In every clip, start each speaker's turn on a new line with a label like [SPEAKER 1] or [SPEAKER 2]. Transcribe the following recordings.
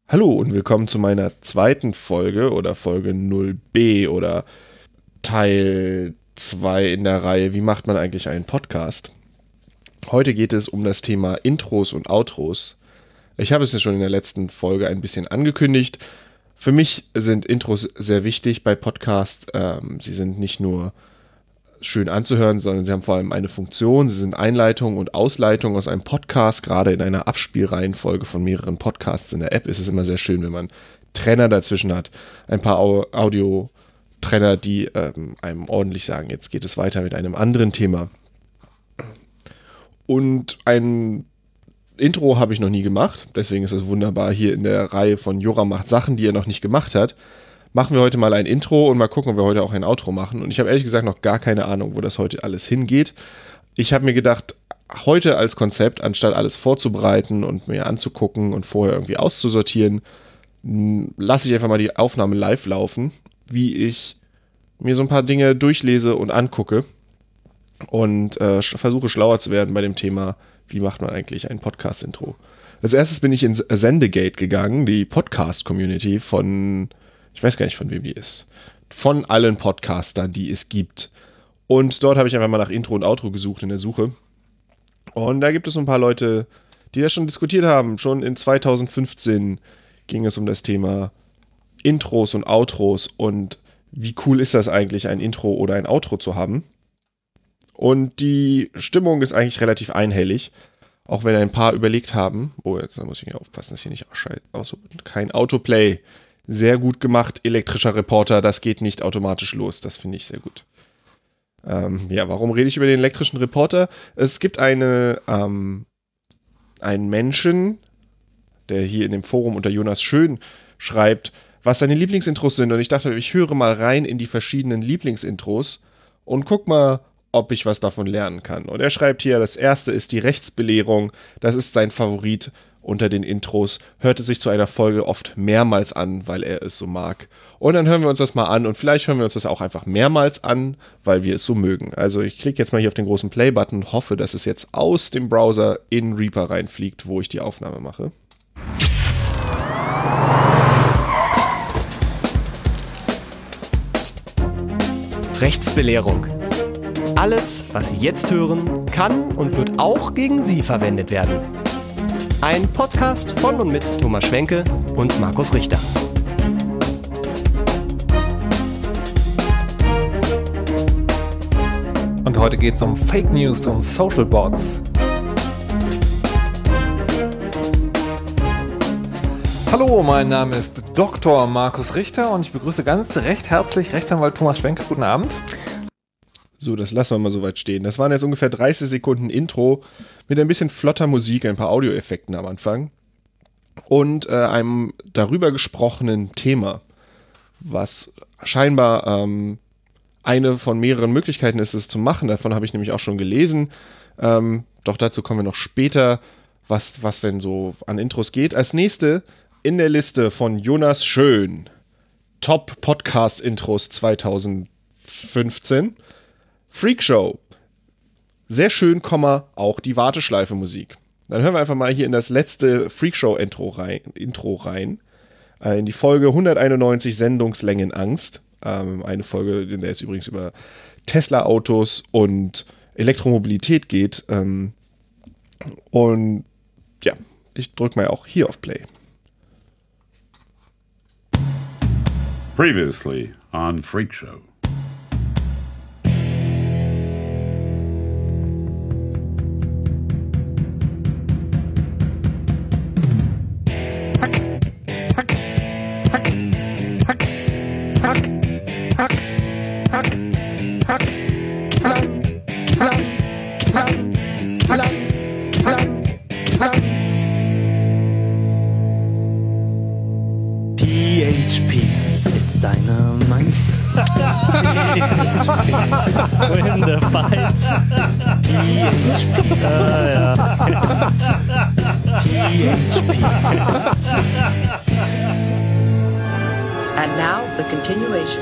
[SPEAKER 1] Hallo und willkommen zu meiner zweiten Folge oder Folge 0b oder Teil 2 in der Reihe Wie macht man eigentlich einen Podcast? Heute geht es um das Thema Intros und Outros. Ich habe es ja schon in der letzten Folge ein bisschen angekündigt. Für mich sind Intros sehr wichtig bei Podcasts. Sie sind nicht nur schön anzuhören, sondern sie haben vor allem eine Funktion. Sie sind Einleitung und Ausleitung aus einem Podcast. Gerade in einer Abspielreihenfolge von mehreren Podcasts in der App ist es immer sehr schön, wenn man Trenner dazwischen hat. Ein paar Audio-Trenner, die einem ordentlich sagen, jetzt geht es weiter mit einem anderen Thema. Und ein Intro habe ich noch nie gemacht. Deswegen ist es wunderbar, hier in der Reihe von Jura macht Sachen, die er noch nicht gemacht hat, machen wir heute mal ein Intro und mal gucken, ob wir heute auch ein Outro machen. Und ich habe ehrlich gesagt noch gar keine Ahnung, wo das heute alles hingeht. Ich habe mir gedacht, heute als Konzept, anstatt alles vorzubereiten und mir anzugucken und vorher irgendwie auszusortieren, lasse ich einfach mal die Aufnahme live laufen, wie ich mir so ein paar Dinge durchlese und angucke und versuche schlauer zu werden bei dem Thema, wie macht man eigentlich ein Podcast-Intro. Als erstes bin ich ins Sendegate gegangen, die Podcast-Community von... Ich weiß gar nicht, von wem die ist. Von allen Podcastern, die es gibt. Und dort habe ich einfach mal nach Intro und Outro gesucht in der Suche. Und da gibt es so ein paar Leute, die das schon diskutiert haben. Schon in 2015 ging es um das Thema Intros und Outros und wie cool ist das eigentlich, ein Intro oder ein Outro zu haben. Und die Stimmung ist eigentlich relativ einhellig. Auch wenn ein paar überlegt haben. Oh, jetzt muss ich hier aufpassen, dass hier nicht kein Autoplay. Sehr gut gemacht, elektrischer Reporter, das geht nicht automatisch los, das finde ich sehr gut. Warum rede ich über den elektrischen Reporter? Es gibt einen Menschen, der hier in dem Forum unter Jonas Schön schreibt, was seine Lieblingsintros sind. Und ich dachte, ich höre mal rein in die verschiedenen Lieblingsintros und guck mal, ob ich was davon lernen kann. Und er schreibt hier, das erste ist die Rechtsbelehrung, das ist sein Favorit. Unter den Intros hört es sich zu einer Folge oft mehrmals an, weil er es so mag. Und dann hören wir uns das mal an und vielleicht hören wir uns das auch einfach mehrmals an, weil wir es so mögen. Also ich klicke jetzt mal hier auf den großen Play-Button und hoffe, dass es jetzt aus dem Browser in Reaper reinfliegt, wo ich die Aufnahme mache.
[SPEAKER 2] Rechtsbelehrung. Alles, was Sie jetzt hören, kann und wird auch gegen Sie verwendet werden. Ein Podcast von und mit Thomas Schwenke und Markus Richter.
[SPEAKER 3] Und heute geht es um Fake News und Social Bots. Hallo, mein Name ist Dr. Markus Richter und ich begrüße ganz recht herzlich Rechtsanwalt Thomas Schwenke. Guten Abend.
[SPEAKER 1] So, das lassen wir mal so weit stehen. Das waren jetzt ungefähr 30 Sekunden Intro mit ein bisschen flotter Musik, ein paar Audioeffekten am Anfang und einem darüber gesprochenen Thema, was scheinbar eine von mehreren Möglichkeiten ist, es zu machen. Davon habe ich nämlich auch schon gelesen. Doch dazu kommen wir noch später, was denn so an Intros geht. Als nächste in der Liste von Jonas Schön, Top Podcast Intros 2015. Freakshow. Sehr schön, auch die Warteschleife-Musik. Dann hören wir einfach mal hier in das letzte Freakshow-Intro rein. In die Folge 191 Sendungslängenangst. Eine Folge, in der es übrigens über Tesla-Autos und Elektromobilität geht. Und ja, ich drücke mal auch hier auf Play.
[SPEAKER 4] Previously on Freakshow.
[SPEAKER 2] PHP, it's dynamite. When the fight. PHP. PHP.
[SPEAKER 5] And now the continuation.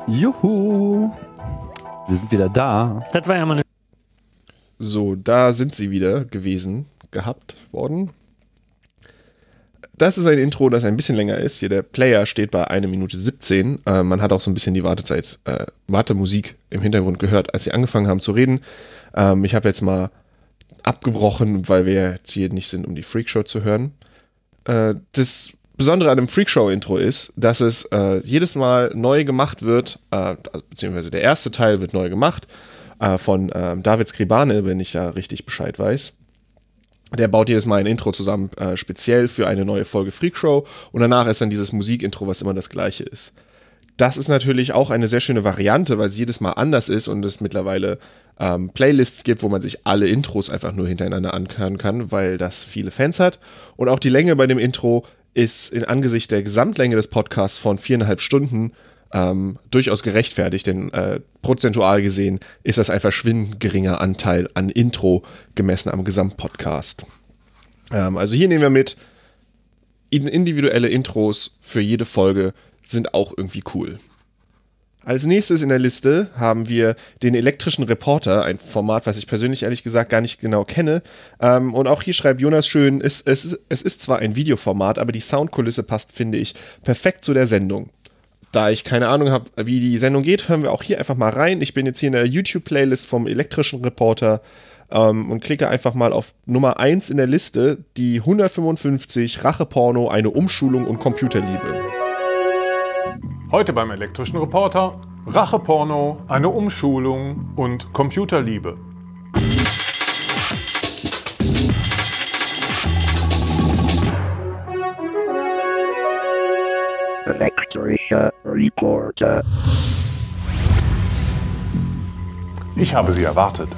[SPEAKER 6] Juhu! Wir sind wieder da.
[SPEAKER 7] Das war ja mal eine.
[SPEAKER 1] So, da sind sie wieder gewesen, gehabt worden. Das ist ein Intro, das ein bisschen länger ist. Hier der Player steht bei 1 Minute 17. Man hat auch so ein bisschen die Wartemusik im Hintergrund gehört, als sie angefangen haben zu reden. Ich habe jetzt mal abgebrochen, weil wir jetzt hier nicht sind, um die Freakshow zu hören. Das Besondere an einem Freakshow-Intro ist, dass es jedes Mal neu gemacht wird, beziehungsweise der erste Teil wird neu gemacht, von David Skribane, wenn ich da richtig Bescheid weiß. Der baut jedes Mal ein Intro zusammen, speziell für eine neue Folge Freakshow, und danach ist dann dieses Musikintro, was immer das gleiche ist. Das ist natürlich auch eine sehr schöne Variante, weil es jedes Mal anders ist und es mittlerweile Playlists gibt, wo man sich alle Intros einfach nur hintereinander anhören kann, weil das viele Fans hat. Und auch die Länge bei dem Intro ist in Angesichts der Gesamtlänge des Podcasts von 4,5 Stunden durchaus gerechtfertigt, denn prozentual gesehen ist das ein verschwindend geringer Anteil an Intro gemessen am Gesamtpodcast. Also hier nehmen wir mit, individuelle Intros für jede Folge sind auch irgendwie cool. Als nächstes in der Liste haben wir den elektrischen Reporter, ein Format, was ich persönlich ehrlich gesagt gar nicht genau kenne. Und auch hier schreibt Jonas schön, es ist zwar ein Videoformat, aber die Soundkulisse passt, finde ich, perfekt zu der Sendung. Da ich keine Ahnung habe, wie die Sendung geht, hören wir auch hier einfach mal rein. Ich bin jetzt hier in der YouTube-Playlist vom elektrischen Reporter und klicke einfach mal auf Nummer 1 in der Liste, die 155, Racheporno, eine Umschulung und Computerliebe.
[SPEAKER 8] Heute beim elektrischen Reporter: Racheporno, eine Umschulung und Computerliebe.
[SPEAKER 9] Elektrischer Reporter.
[SPEAKER 8] Ich habe Sie erwartet.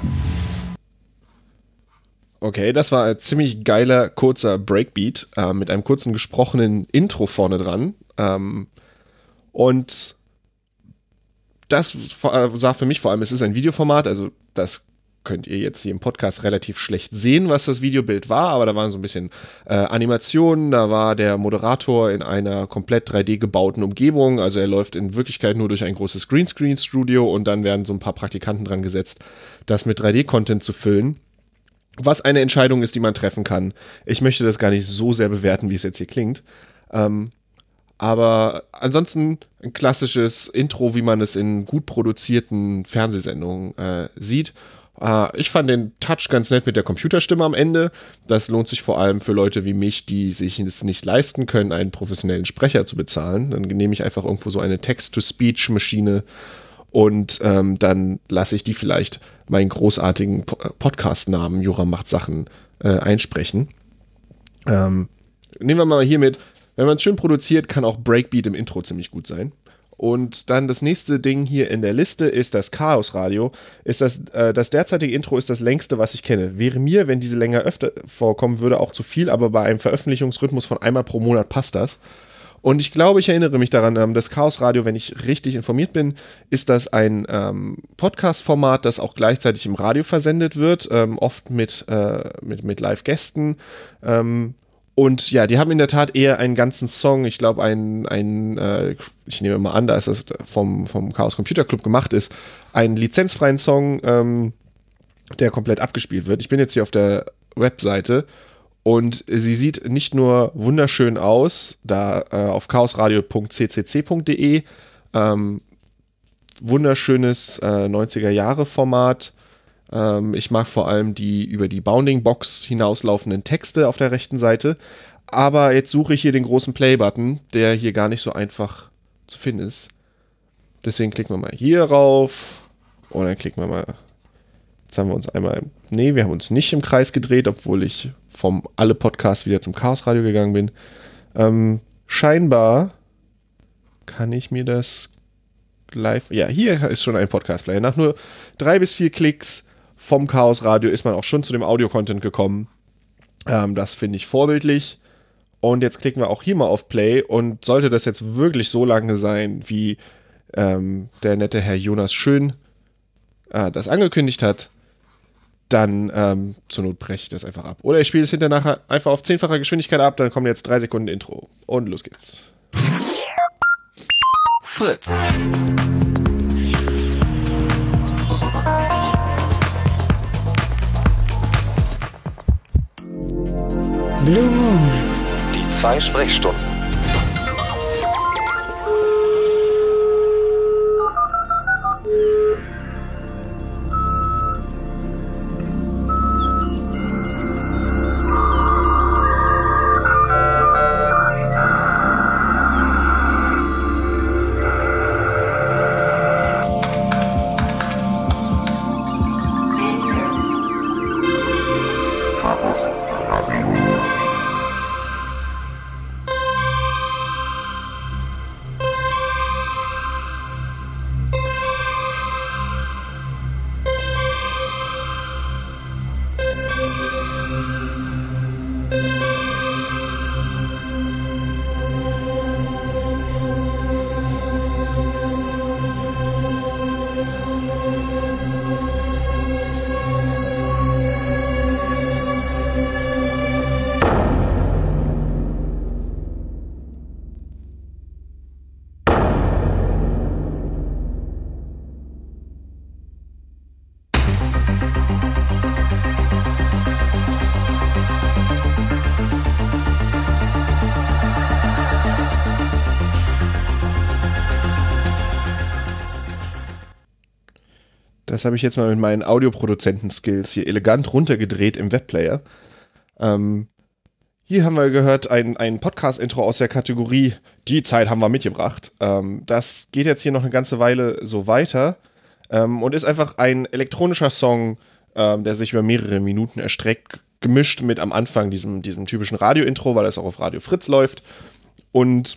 [SPEAKER 1] Okay, das war ein ziemlich geiler, kurzer Breakbeat mit einem kurzen gesprochenen Intro vorne dran. Und das sah für mich vor allem, es ist ein Videoformat, also das könnt ihr jetzt hier im Podcast relativ schlecht sehen, was das Videobild war, aber da waren so ein bisschen Animationen, da war der Moderator in einer komplett 3D gebauten Umgebung, also er läuft in Wirklichkeit nur durch ein großes Greenscreen-Studio und dann werden so ein paar Praktikanten dran gesetzt, das mit 3D-Content zu füllen. Was eine Entscheidung ist, die man treffen kann. Ich möchte das gar nicht so sehr bewerten, wie es jetzt hier klingt. Aber ansonsten ein klassisches Intro, wie man es in gut produzierten Fernsehsendungen sieht. Ich fand den Touch ganz nett mit der Computerstimme am Ende. Das lohnt sich vor allem für Leute wie mich, die sich es nicht leisten können, einen professionellen Sprecher zu bezahlen. Dann nehme ich einfach irgendwo so eine Text-to-Speech-Maschine und dann lasse ich die vielleicht meinen großartigen Podcast-Namen Jura macht Sachen einsprechen. Nehmen wir mal hier mit, wenn man es schön produziert, kann auch Breakbeat im Intro ziemlich gut sein. Und dann das nächste Ding hier in der Liste ist das Chaos-Radio. Das derzeitige Intro ist das längste, was ich kenne. Wäre mir, wenn diese länger öfter vorkommen würde, auch zu viel, aber bei einem Veröffentlichungsrhythmus von einmal pro Monat passt das. Und ich glaube, ich erinnere mich daran, das Chaos-Radio, wenn ich richtig informiert bin, ist das ein Podcast-Format, das auch gleichzeitig im Radio versendet wird, oft mit Live-Gästen. Und ja, die haben in der Tat eher einen ganzen Song, ich glaube ich nehme mal an, da ist das vom Chaos Computer Club gemacht ist, einen lizenzfreien Song, der komplett abgespielt wird. Ich bin jetzt hier auf der Webseite und sie sieht nicht nur wunderschön aus, da auf chaosradio.ccc.de, wunderschönes 90er-Jahre-Format. Ich mag vor allem die über die Bounding-Box hinauslaufenden Texte auf der rechten Seite. Aber jetzt suche ich hier den großen Play-Button, der hier gar nicht so einfach zu finden ist. Deswegen klicken wir mal hier rauf. Und dann klicken wir mal. Jetzt haben wir uns einmal. Nee, wir haben uns nicht im Kreis gedreht, obwohl ich vom alle Podcasts wieder zum Chaos-Radio gegangen bin. Scheinbar kann ich mir das live. Ja, hier ist schon ein Podcast-Player. Nach nur 3 bis 4 Klicks vom Chaos Radio ist man auch schon zu dem Audio-Content gekommen. Das finde ich vorbildlich. Und jetzt klicken wir auch hier mal auf Play. Und sollte das jetzt wirklich so lange sein, wie der nette Herr Jonas Schön das angekündigt hat, dann zur Not breche ich das einfach ab. Oder ich spiele es hinterher einfach auf 10-facher Geschwindigkeit ab, dann kommen jetzt 3 Sekunden Intro. Und los geht's.
[SPEAKER 2] Fritz.
[SPEAKER 7] 2 Sprechstunden.
[SPEAKER 1] Das habe ich jetzt mal mit meinen Audioproduzenten-Skills hier elegant runtergedreht im Webplayer. Hier haben wir gehört ein Podcast-Intro aus der Kategorie Die Zeit haben wir mitgebracht. Das geht jetzt hier noch eine ganze Weile so weiter und ist einfach ein elektronischer Song, der sich über mehrere Minuten erstreckt, gemischt mit am Anfang diesem typischen Radio-Intro, weil das auch auf Radio Fritz läuft. Und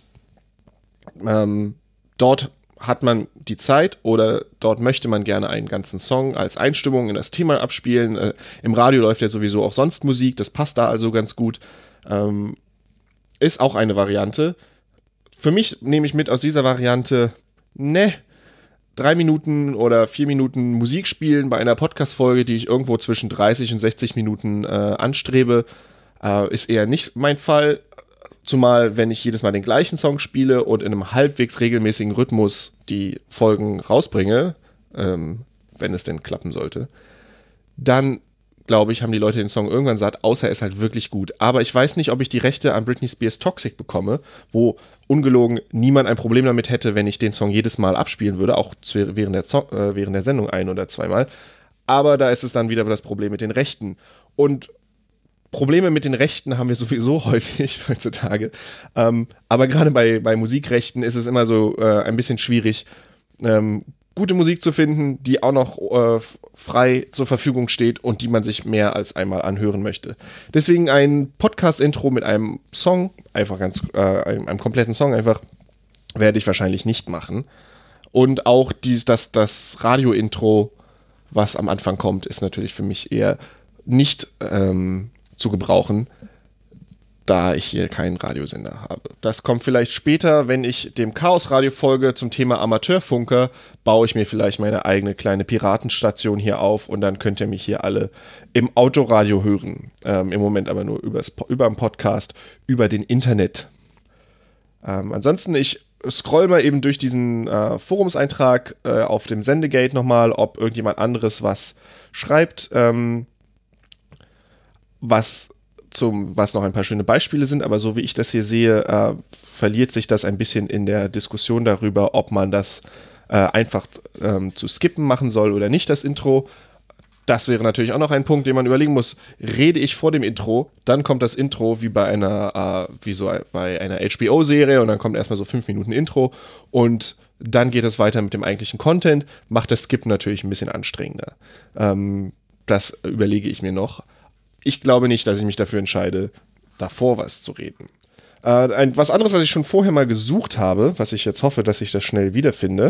[SPEAKER 1] dort hat man die Zeit oder dort möchte man gerne einen ganzen Song als Einstimmung in das Thema abspielen. Im Radio läuft ja sowieso auch sonst Musik, das passt da also ganz gut. Ist auch eine Variante. Für mich nehme ich mit aus dieser Variante, 3 Minuten oder 4 Minuten Musik spielen bei einer Podcast-Folge, die ich irgendwo zwischen 30 und 60 Minuten anstrebe, ist eher nicht mein Fall. Zumal, wenn ich jedes Mal den gleichen Song spiele und in einem halbwegs regelmäßigen Rhythmus die Folgen rausbringe, wenn es denn klappen sollte, dann, glaube ich, haben die Leute den Song irgendwann satt, außer er ist halt wirklich gut. Aber ich weiß nicht, ob ich die Rechte an Britney Spears Toxic bekomme, wo ungelogen niemand ein Problem damit hätte, wenn ich den Song jedes Mal abspielen würde, auch während der Sendung 1 oder 2 Mal. Aber da ist es dann wieder das Problem mit den Rechten. Und Probleme mit den Rechten haben wir sowieso häufig heutzutage. Aber gerade bei Musikrechten ist es immer so ein bisschen schwierig, gute Musik zu finden, die auch noch frei zur Verfügung steht und die man sich mehr als einmal anhören möchte. Deswegen ein Podcast-Intro mit einem Song, einfach einem kompletten Song einfach, werde ich wahrscheinlich nicht machen. Und auch das Radio-Intro, was am Anfang kommt, ist natürlich für mich eher nicht zu gebrauchen, da ich hier keinen Radiosender habe. Das kommt vielleicht später, wenn ich dem Chaos-Radio folge zum Thema Amateurfunker, baue ich mir vielleicht meine eigene kleine Piratenstation hier auf und dann könnt ihr mich hier alle im Autoradio hören. Im Moment aber nur über den Podcast, über den Internet. Ansonsten, ich scroll mal eben durch diesen Forumseintrag auf dem Sendegate nochmal, ob irgendjemand anderes was schreibt, was noch ein paar schöne Beispiele sind, aber so wie ich das hier sehe, verliert sich das ein bisschen in der Diskussion darüber, ob man das einfach zu skippen machen soll oder nicht, das Intro. Das wäre natürlich auch noch ein Punkt, den man überlegen muss. Rede ich vor dem Intro, dann kommt das Intro wie bei einer HBO-Serie und dann kommt erstmal so 5 Minuten Intro und dann geht es weiter mit dem eigentlichen Content, macht das Skippen natürlich ein bisschen anstrengender. Das überlege ich mir noch. Ich glaube nicht, dass ich mich dafür entscheide, davor was zu reden. Was anderes, was ich schon vorher mal gesucht habe, was ich jetzt hoffe, dass ich das schnell wiederfinde,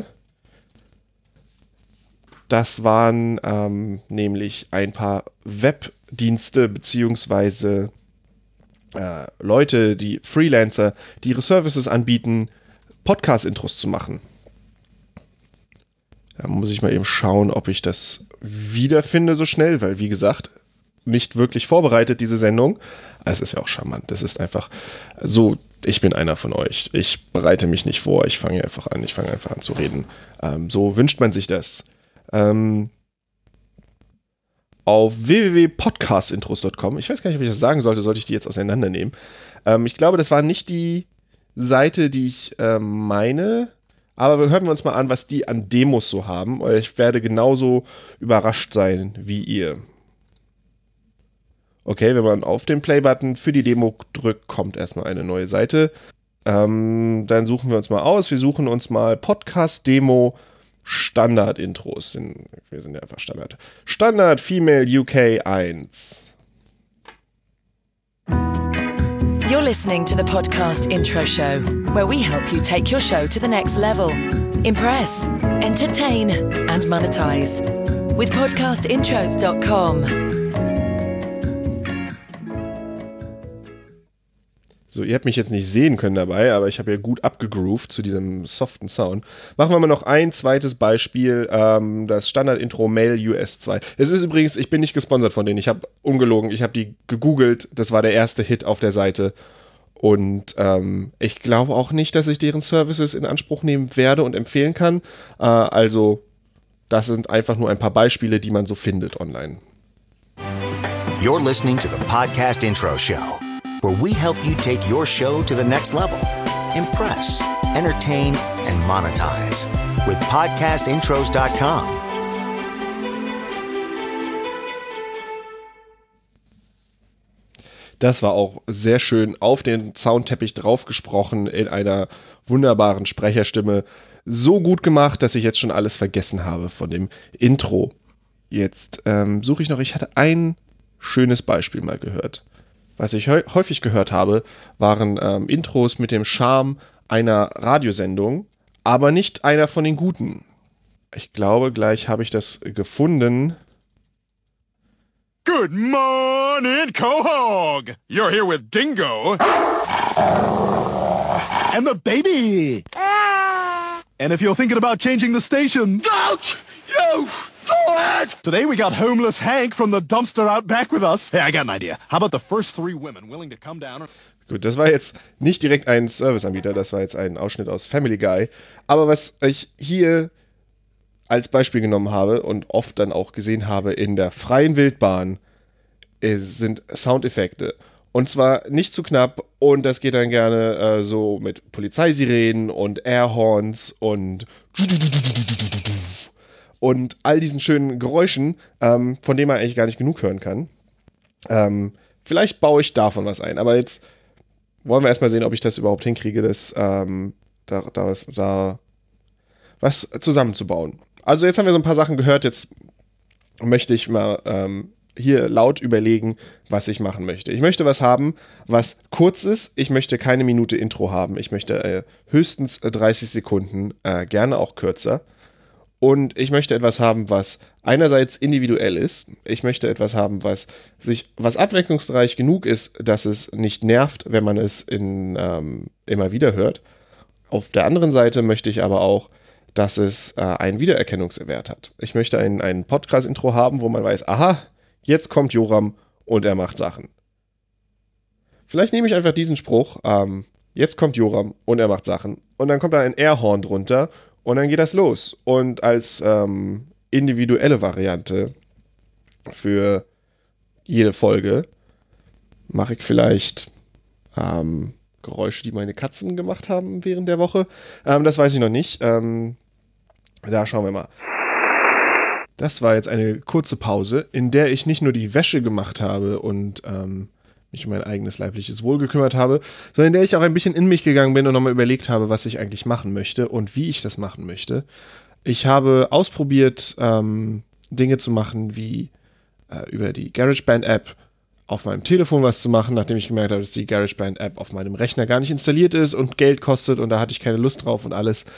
[SPEAKER 1] das waren nämlich ein paar Webdienste beziehungsweise Leute, die Freelancer, die ihre Services anbieten, Podcast-Intros zu machen. Da muss ich mal eben schauen, ob ich das wiederfinde so schnell, weil wie gesagt, nicht wirklich vorbereitet, diese Sendung. Es ist ja auch charmant. Das ist einfach so, ich bin einer von euch. Ich bereite mich nicht vor, ich fange einfach an zu reden. So wünscht man sich das. auf www.podcastintros.com. Ich weiß gar nicht, ob ich das sagen sollte ich die jetzt auseinandernehmen. Ich glaube, das war nicht die Seite, die ich meine, aber hören wir uns mal an, was die an Demos so haben. Ich werde genauso überrascht sein wie ihr. Okay, wenn man auf den Play-Button für die Demo drückt, kommt erstmal eine neue Seite. Dann suchen wir uns mal aus. Wir suchen uns mal Podcast-Demo Standard-Intros. Wir sind ja einfach Standard. Standard Female UK 1.
[SPEAKER 7] You're listening to the Podcast Intro Show, where we help you take your show to the next level. Impress, entertain, and monetize. With podcastintros.com.
[SPEAKER 1] So, ihr habt mich jetzt nicht sehen können dabei, aber ich habe ja gut abgegroovt zu diesem soften Sound. Machen wir mal noch ein zweites Beispiel, das Standard-Intro Male US 2. Es ist übrigens, ich bin nicht gesponsert von denen, ich habe ungelogen, ich habe die gegoogelt, das war der erste Hit auf der Seite und ich glaube auch nicht, dass ich deren Services in Anspruch nehmen werde und empfehlen kann. Also, das sind einfach nur ein paar Beispiele, die man so findet online.
[SPEAKER 10] You're listening to the Podcast Intro Show, where we help you take your show to the next level. Impress, entertain, and monetize with podcastintros.com.
[SPEAKER 1] Das war auch sehr schön auf den Soundteppich draufgesprochen in einer wunderbaren Sprecherstimme. So gut gemacht, dass ich jetzt schon alles vergessen habe von dem Intro. Jetzt suche ich noch, ich hatte ein schönes Beispiel mal gehört. Was ich häufig gehört habe, waren Intros mit dem Charme einer Radiosendung, aber nicht einer von den guten. Ich glaube, gleich habe ich das gefunden.
[SPEAKER 11] Good morning, Quahog! You're here with Dingo. And the baby! And if you're thinking about changing the station, don't you do it! Today we got homeless Hank from the dumpster out back with us. Hey, I got an idea. How about the first 3 women willing to come down?
[SPEAKER 1] Gut, das war jetzt nicht direkt ein Serviceanbieter, das war jetzt ein Ausschnitt aus Family Guy. Aber was ich hier als Beispiel genommen habe und oft dann auch gesehen habe in der freien Wildbahn, sind Soundeffekte. Und zwar nicht zu knapp und das geht dann gerne so mit Polizeisirenen und Airhorns und all diesen schönen Geräuschen, von denen man eigentlich gar nicht genug hören kann. Vielleicht baue ich davon was ein, aber jetzt wollen wir erstmal sehen, ob ich das überhaupt hinkriege, da was zusammenzubauen. Also jetzt haben wir so ein paar Sachen gehört, jetzt möchte ich mal hier laut überlegen, was ich machen möchte. Ich möchte was haben, was kurz ist. Ich möchte keine Minute Intro haben. Ich möchte höchstens 30 Sekunden, gerne auch kürzer. Und ich möchte etwas haben, was einerseits individuell ist. Ich möchte etwas haben, was abwechslungsreich genug ist, dass es nicht nervt, wenn man es immer wieder hört. Auf der anderen Seite möchte ich aber auch, dass es einen Wiedererkennungswert hat. Ich möchte ein Podcast-Intro haben, wo man weiß, aha, jetzt kommt Joram und er macht Sachen. Vielleicht nehme ich einfach diesen Spruch, jetzt kommt Joram und er macht Sachen. Und dann kommt da ein Airhorn drunter und dann geht das los. Und als individuelle Variante für jede Folge mache ich vielleicht Geräusche, die meine Katzen gemacht haben während der Woche. Das weiß ich noch nicht. Da schauen wir mal. Das war jetzt eine kurze Pause, in der ich nicht nur die Wäsche gemacht habe und mich um mein eigenes leibliches Wohl gekümmert habe, sondern in der ich auch ein bisschen in mich gegangen bin und nochmal überlegt habe, was ich eigentlich machen möchte und wie ich das machen möchte. Ich habe ausprobiert, Dinge zu machen, wie über die GarageBand-App auf meinem Telefon was zu machen, nachdem ich gemerkt habe, dass die GarageBand-App auf meinem Rechner gar nicht installiert ist und Geld kostet und da hatte ich keine Lust drauf und alles.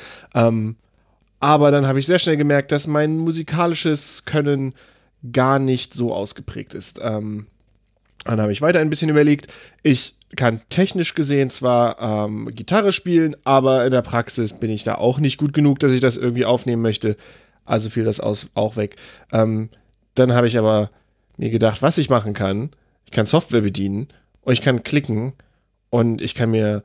[SPEAKER 1] Aber dann habe ich sehr schnell gemerkt, dass mein musikalisches Können gar nicht so ausgeprägt ist. Dann habe ich weiter ein bisschen überlegt. Ich kann technisch gesehen zwar Gitarre spielen, aber in der Praxis bin ich da auch nicht gut genug, dass ich das irgendwie aufnehmen möchte. Also fiel das auch weg. Dann habe ich aber mir gedacht, was ich machen kann. Ich kann Software bedienen und ich kann klicken und ich kann mir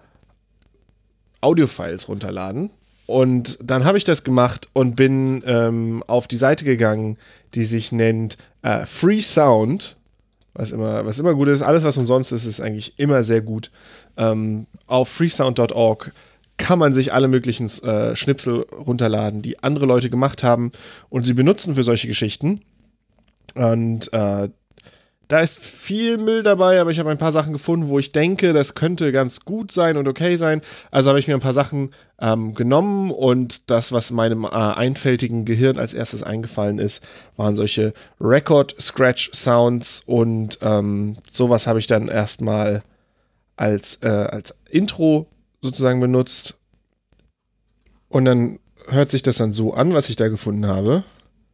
[SPEAKER 1] Audiofiles runterladen. Und dann habe ich das gemacht und bin auf die Seite gegangen, die sich nennt Free Sound, was immer gut ist. Alles, was umsonst ist, ist eigentlich immer sehr gut. Auf freesound.org kann man sich alle möglichen Schnipsel runterladen, die andere Leute gemacht haben und sie benutzen für solche Geschichten. Und da ist viel Müll dabei, aber ich habe ein paar Sachen gefunden, wo ich denke, das könnte ganz gut sein und okay sein. Also habe ich mir ein paar Sachen genommen und das, was meinem einfältigen Gehirn als erstes eingefallen ist, waren solche Record-Scratch-Sounds und sowas habe ich dann erstmal als Intro sozusagen benutzt. Und dann hört sich das dann so an, was ich da gefunden habe.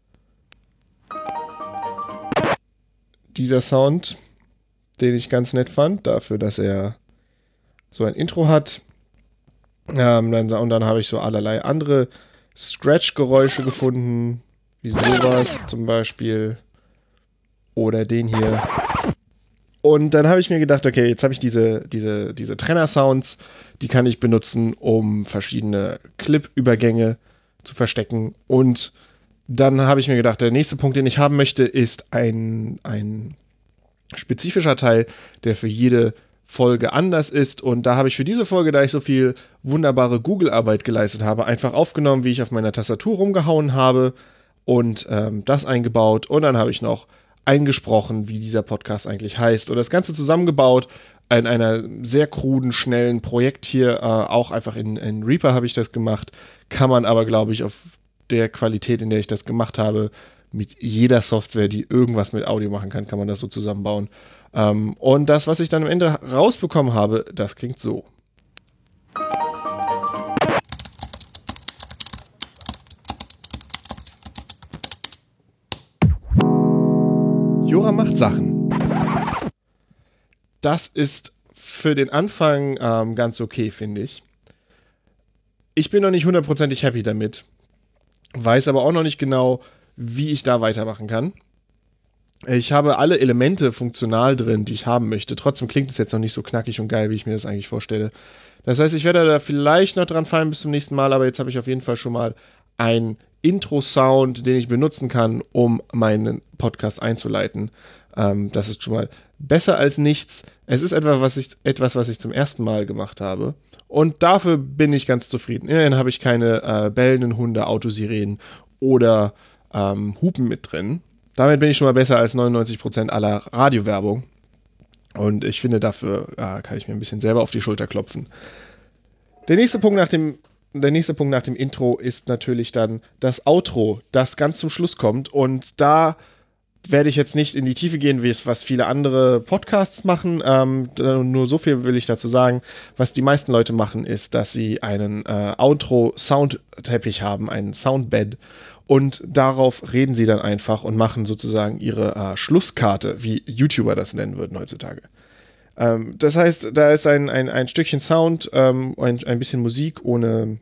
[SPEAKER 1] Dieser Sound, den ich ganz nett fand, dafür, dass er so ein Intro hat. Und dann habe ich so allerlei andere Scratch-Geräusche gefunden, wie sowas zum Beispiel. Oder den hier. Und dann habe ich mir gedacht, okay, jetzt habe ich diese Trenner-Sounds, die kann ich benutzen, um verschiedene Clip-Übergänge zu verstecken. Und dann habe ich mir gedacht, der nächste Punkt, den ich haben möchte, ist ein spezifischer Teil, der für jede Folge anders ist. Und da habe ich für diese Folge, da ich so viel wunderbare Google-Arbeit geleistet habe, einfach aufgenommen, wie ich auf meiner Tastatur rumgehauen habe und das eingebaut. Und dann habe ich noch eingesprochen, wie dieser Podcast eigentlich heißt. Und das Ganze zusammengebaut in einer sehr kruden, schnellen Projekt hier. Auch einfach in Reaper habe ich das gemacht. Kann man aber, glaube ich, auf der Qualität, in der ich das gemacht habe, mit jeder Software, die irgendwas mit Audio machen kann, kann man das so zusammenbauen. Und das, was ich dann am Ende rausbekommen habe, das klingt so. Jora macht Sachen. Das ist für den Anfang ganz okay, finde ich. Ich bin noch nicht hundertprozentig happy damit. Weiß aber auch noch nicht genau, wie ich da weitermachen kann. Ich habe alle Elemente funktional drin, die ich haben möchte. Trotzdem klingt es jetzt noch nicht so knackig und geil, wie ich mir das eigentlich vorstelle. Das heißt, ich werde da vielleicht noch dran fallen bis zum nächsten Mal, aber jetzt habe ich auf jeden Fall schon mal einen Intro-Sound, den ich benutzen kann, um meinen Podcast einzuleiten. Das ist schon mal besser als nichts. Es ist etwas, was ich zum ersten Mal gemacht habe. Und dafür bin ich ganz zufrieden. Immerhin habe ich keine bellenden Hunde, Autosirenen oder Hupen mit drin. Damit bin ich schon mal besser als 99% aller Radiowerbung. Und ich finde, dafür kann ich mir ein bisschen selber auf die Schulter klopfen. Der nächste Punkt nach dem Intro ist natürlich dann das Outro, das ganz zum Schluss kommt. Und da werde ich jetzt nicht in die Tiefe gehen, wie es was viele andere Podcasts machen. Nur so viel will ich dazu sagen. Was die meisten Leute machen, ist, dass sie einen Outro-Soundteppich haben, einen Soundbed. Und darauf reden sie dann einfach und machen sozusagen ihre Schlusskarte, wie YouTuber das nennen würden heutzutage. Das heißt, da ist ein Stückchen Sound, ein bisschen Musik ohne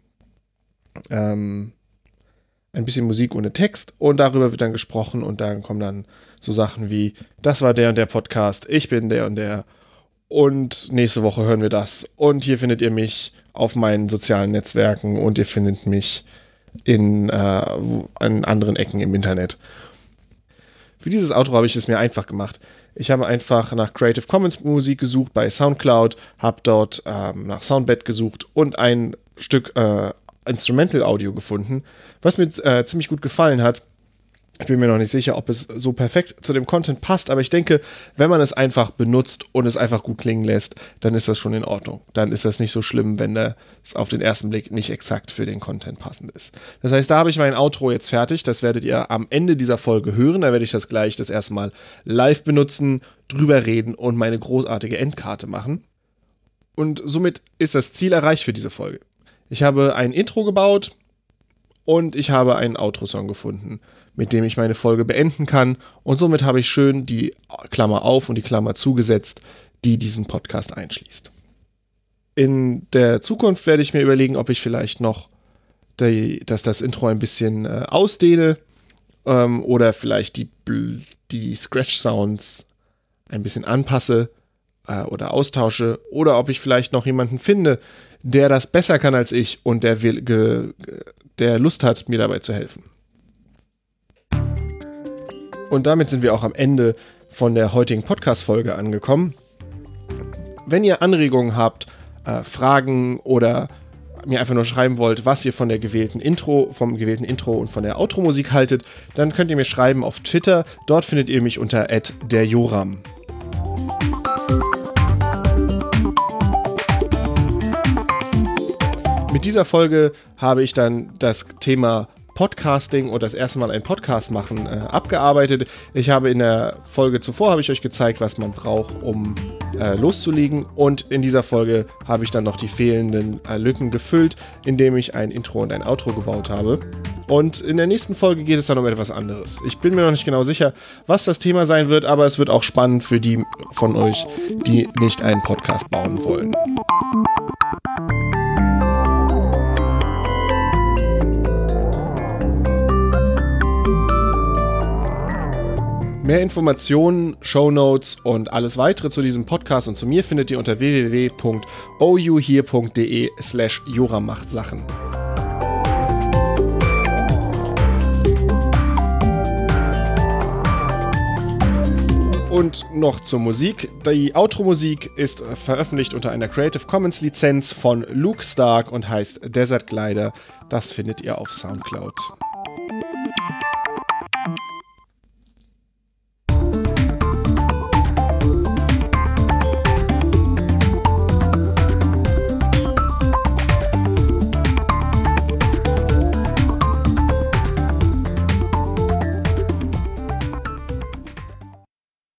[SPEAKER 1] Text und darüber wird dann gesprochen und dann kommen dann so Sachen wie, das war der und der Podcast, ich bin der und der und nächste Woche hören wir das und hier findet ihr mich auf meinen sozialen Netzwerken und ihr findet mich an anderen Ecken im Internet. Für dieses Outro habe ich es mir einfach gemacht. Ich habe einfach nach Creative Commons Musik gesucht bei Soundcloud, habe dort nach Soundbed gesucht und ein Stück Instrumental Audio gefunden, was mir ziemlich gut gefallen hat. Ich bin mir noch nicht sicher, ob es so perfekt zu dem Content passt, aber ich denke, wenn man es einfach benutzt und es einfach gut klingen lässt, dann ist das schon in Ordnung. Dann ist das nicht so schlimm, wenn es auf den ersten Blick nicht exakt für den Content passend ist. Das heißt, da habe ich mein Outro jetzt fertig. Das werdet ihr am Ende dieser Folge hören. Da werde ich das gleich das erste Mal live benutzen, drüber reden und meine großartige Endkarte machen. Und somit ist das Ziel erreicht für diese Folge. Ich habe ein Intro gebaut und ich habe einen Outro-Song gefunden, mit dem ich meine Folge beenden kann. Und somit habe ich schön die Klammer auf und die Klammer zugesetzt, die diesen Podcast einschließt. In der Zukunft werde ich mir überlegen, ob ich vielleicht noch das Intro ein bisschen ausdehne oder vielleicht die Scratch-Sounds ein bisschen anpasse oder austausche oder ob ich vielleicht noch jemanden finde, der das besser kann als ich und der Lust hat, mir dabei zu helfen. Und damit sind wir auch am Ende von der heutigen Podcast-Folge angekommen. Wenn ihr Anregungen habt, Fragen oder mir einfach nur schreiben wollt, was ihr vom gewählten Intro und von der Outro-Musik haltet, dann könnt ihr mir schreiben auf Twitter. Dort findet ihr mich unter @derjoram. Mit dieser Folge habe ich dann das Thema Podcasting und das erste Mal einen Podcast machen abgearbeitet. Ich habe in der Folge zuvor euch gezeigt, was man braucht, um loszulegen, und in dieser Folge habe ich dann noch die fehlenden Lücken gefüllt, indem ich ein Intro und ein Outro gebaut habe. Und in der nächsten Folge geht es dann um etwas anderes. Ich bin mir noch nicht genau sicher, was das Thema sein wird, aber es wird auch spannend für die von euch, die nicht einen Podcast bauen wollen. Mehr Informationen, Shownotes und alles weitere zu diesem Podcast und zu mir findet ihr unter www.ouhere.de/jorammachtsachen. Und noch zur Musik. Die Outro-Musik ist veröffentlicht unter einer Creative Commons Lizenz von Luke Stark und heißt Desert Glider. Das findet ihr auf Soundcloud.